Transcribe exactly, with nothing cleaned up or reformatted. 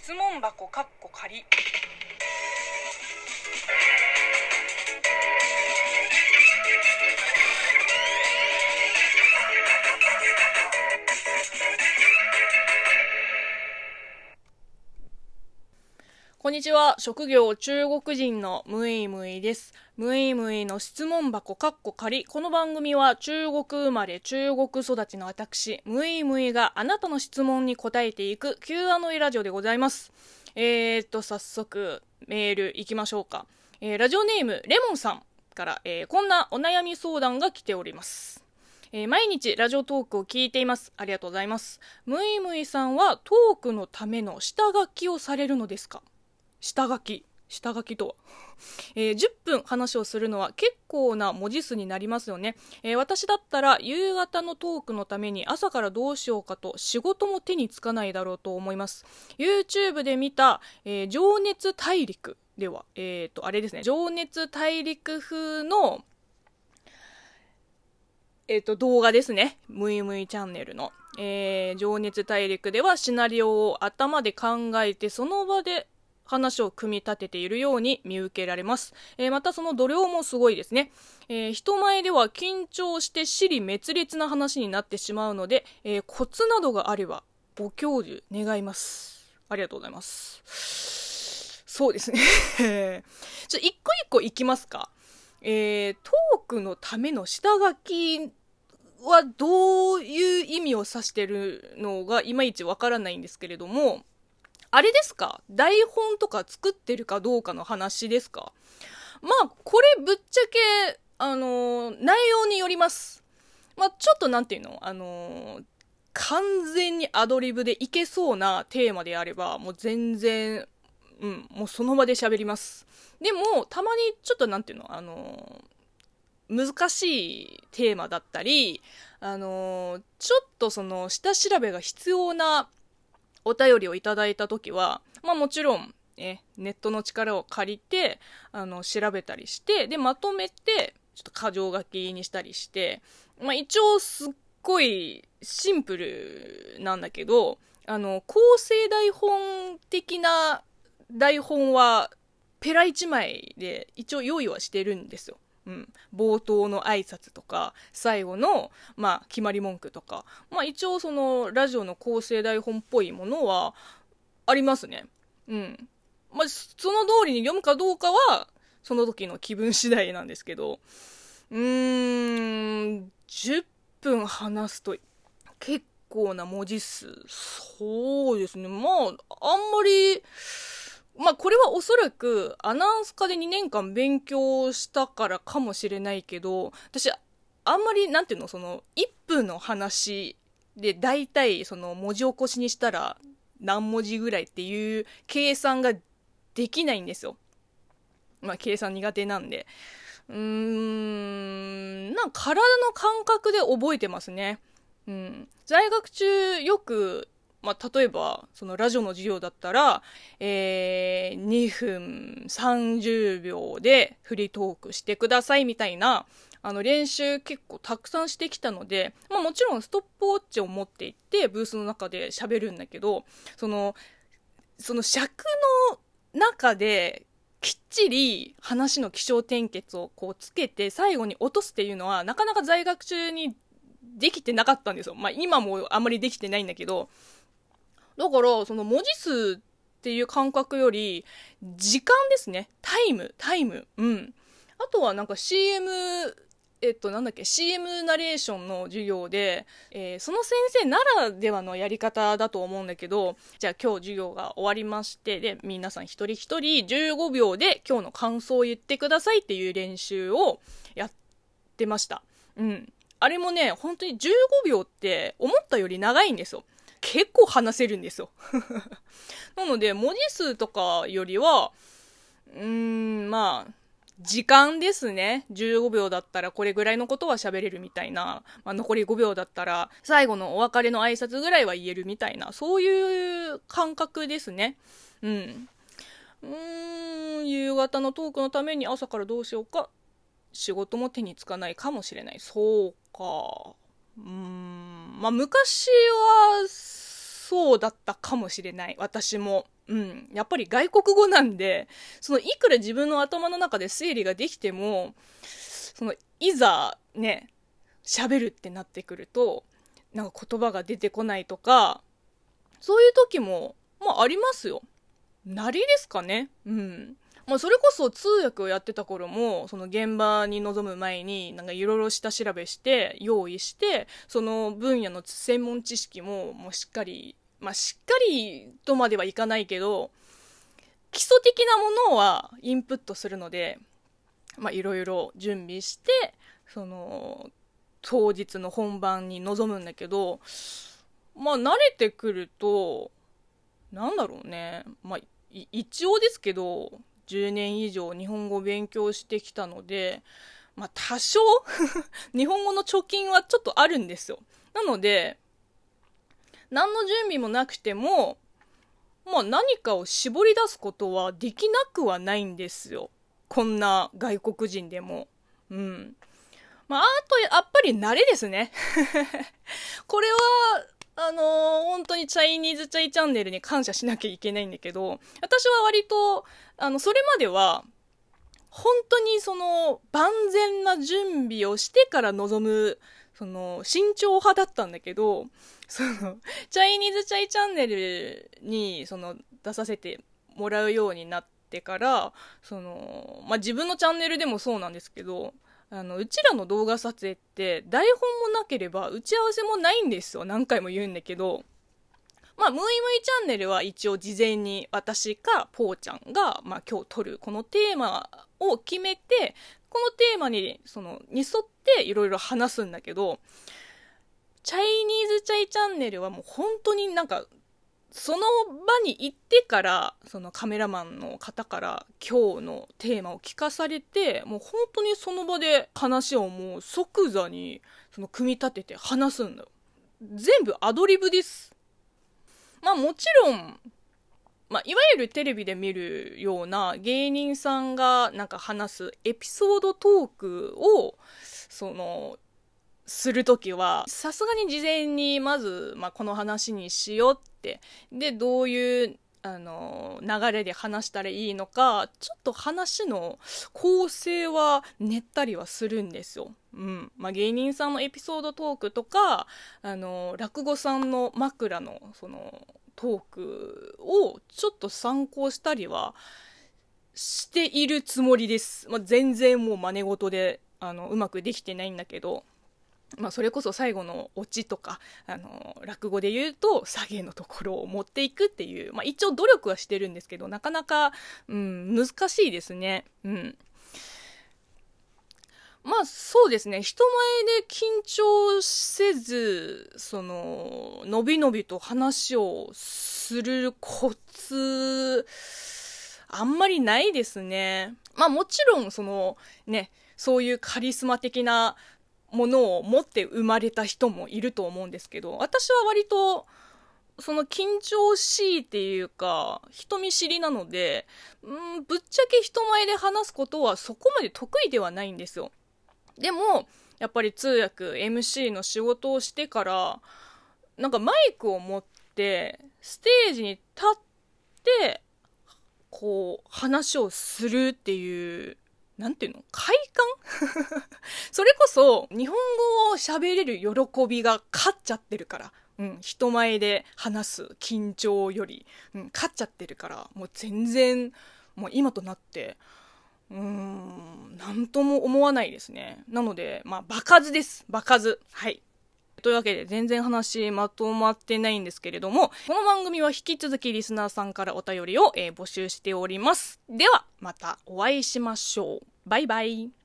質問箱かっこ仮。こんにちは。職業中国人のムイムイです。ムイムイの質問箱かっこ仮。この番組は中国生まれ中国育ちの私ムイムイがあなたの質問に答えていく キューアンドエー ラジオでございます。えーっと早速メール行きましょうか。えー、ラジオネームレモンさんから、えー、こんなお悩み相談が来ております。えー、毎日ラジオトークを聞いています。ありがとうございます。ムイムイさんはトークのための下書きをされるのですか？下書き下書きとは、えー、じゅっぷん話をするのは結構な文字数になりますよね。えー、私だったら夕方のトークのために朝からどうしようかと仕事も手につかないだろうと思います。 YouTube で見た、えー、情熱大陸では、えーとあれですね、情熱大陸風のえーと動画ですね。ムイムイチャンネルの、えー、情熱大陸ではシナリオを頭で考えてその場で話を組み立てているように見受けられます。えー、またその度量もすごいですね。えー、人前では緊張して支離滅裂な話になってしまうので、えー、コツなどがあればご教授願います。ありがとうございます。そうですね。ちょ一個一個いきますか。えー、トークのための下書きはどういう意味を指してるのがいまいちわからないんですけれども、あれですか？台本とか作ってるかどうかの話ですか？まあ、これぶっちゃけ、あのー、内容によります。まあ、ちょっとなんていうのあのー、完全にアドリブでいけそうなテーマであれば、もう全然、うん、もうその場で喋ります。でも、たまにちょっとなんていうのあのー、難しいテーマだったり、あのー、ちょっとその、下調べが必要なお便りをいただいたときは、まあもちろん、ね、ネットの力を借りて、あの、調べたりして、で、まとめて、ちょっと箇条書きにしたりして、まあ一応すっごいシンプルなんだけど、あの、構成台本的な台本は、ペラ一枚で一応用意はしてるんですよ。うん、冒頭の挨拶とか最後の、まあ、決まり文句とか、まあ、一応そのラジオの構成台本っぽいものはありますね。うん。まあ、その通りに読むかどうかはその時の気分次第なんですけど、うーん、じゅっぷん話すと結構な文字数。そうですね。まあ、あんまり、まあこれはおそらくアナウンス科でにねんかん勉強したからかもしれないけど、私あんまりなんていうの、そのいっぷんの話でだいたいその文字起こしにしたら何文字ぐらいっていう計算ができないんですよ。まあ計算苦手なんで。うーん、なんか体の感覚で覚えてますね。うん。在学中よくまあ、例えば、そのラジオの授業だったら、えー、にふんさんじゅうびょうでフリートークしてくださいみたいな、あの練習結構たくさんしてきたので、まあもちろんストップウォッチを持って行ってブースの中で喋るんだけど、その、その尺の中できっちり話の起承転結をこうつけて最後に落とすっていうのはなかなか在学中にできてなかったんですよ。まあ今もあんまりできてないんだけど、だから、その文字数っていう感覚より、時間ですね。タイム、タイム。うん。あとはなんか シーエム、えっと、なんだっけ、シーエム ナレーションの授業で、えーその先生ならではのやり方だと思うんだけど、じゃあ今日授業が終わりまして、で、皆さん一人一人じゅうごびょうで今日の感想を言ってくださいっていう練習をやってました。うん。あれもね、本当にじゅうごびょうって思ったより長いんですよ。結構話せるんですよ。なので、文字数とかよりは、うーん、まあ、時間ですね。じゅうごびょうだったらこれぐらいのことは喋れるみたいな。まあ、残りごびょうだったら最後のお別れの挨拶ぐらいは言えるみたいな。そういう感覚ですね。うん。うーん、夕方のトークのために朝からどうしようか。仕事も手につかないかもしれない。そうか。うーん、まあ昔はそうだったかもしれない。私も。 うん。やっぱり外国語なんで、そのいくら自分の頭の中で整理ができても、そのいざね、喋るってなってくると、なんか言葉が出てこないとか、そういう時も、まあありますよ。慣れですかね。うん。まあそれこそ通訳をやってた頃も、その現場に臨む前に、なんかいろいろ下調べして、用意して、その分野の専門知識も、もうしっかり、まあしっかりとまではいかないけど、基礎的なものはインプットするので、まあいろいろ準備して、その、当日の本番に臨むんだけど、まあ慣れてくると、なんだろうね。まあ、一応ですけど、じゅうねん以上日本語を勉強してきたので、まあ多少日本語の貯金はちょっとあるんですよ。なので、何の準備もなくても、まあ何かを絞り出すことはできなくはないんですよ。こんな外国人でも。うん。まあ、あと、やっぱり慣れですね。これは、あのー、本当にチャイニーズチャイチャンネルに感謝しなきゃいけないんだけど、私は割と、あの、それまでは、本当にその、万全な準備をしてから臨む、その、慎重派だったんだけど、その、チャイニーズチャイチャンネルに、その、出させてもらうようになってから、その、まあ、自分のチャンネルでもそうなんですけど、あの、うちらの動画撮影って台本もなければ打ち合わせもないんですよ。何回も言うんだけど。まあ、ムイムイチャンネルは一応事前に私かポーちゃんが、まあ今日撮るこのテーマを決めて、このテーマに、その、に沿っていろいろ話すんだけど、チャイニーズチャイチャンネルはもう本当になんか、その場に行ってから、そのカメラマンの方から今日のテーマを聞かされて、もう本当にその場で話をもう即座にその組み立てて話すんだよ。全部アドリブです。まあもちろん、まあいわゆるテレビで見るような芸人さんがなんか話すエピソードトークを、その、するときは、さすがに事前にまず、まあ、この話にしようって、で、どういう、あの、流れで話したらいいのか、ちょっと話の構成は練ったりはするんですよ。うん。まあ、芸人さんのエピソードトークとか、あの、落語さんの枕の、その、トークをちょっと参考したりはしているつもりです。まあ、全然もう真似事で、あの、うまくできてないんだけど、まあそれこそ最後のオチとか、あの、落語で言うと、下げのところを持っていくっていう、まあ一応努力はしてるんですけど、なかなか、うん、難しいですね。うん。まあそうですね。人前で緊張せず、その、のびのびと話をするコツ、あんまりないですね。まあもちろん、その、ね、そういうカリスマ的なものを持って生まれた人もいると思うんですけど、私は割と、その緊張しいっていうか、人見知りなので、うん、ぶっちゃけ人前で話すことはそこまで得意ではないんですよ。でも、やっぱり通訳、エムシー の仕事をしてから、なんかマイクを持って、ステージに立って、こう、話をするっていう、なんていうの？快感それこそ、日本語を喋れる喜びが勝っちゃってるから。うん、人前で話す緊張より、うん、勝っちゃってるから、もう全然、もう今となって、うーん、なんとも思わないですね。なので、まあ、場数です。場数。はい。というわけで、全然話まとまってないんですけれども、この番組は引き続きリスナーさんからお便りを、えー募集しております。では、またお会いしましょう。バイバイ。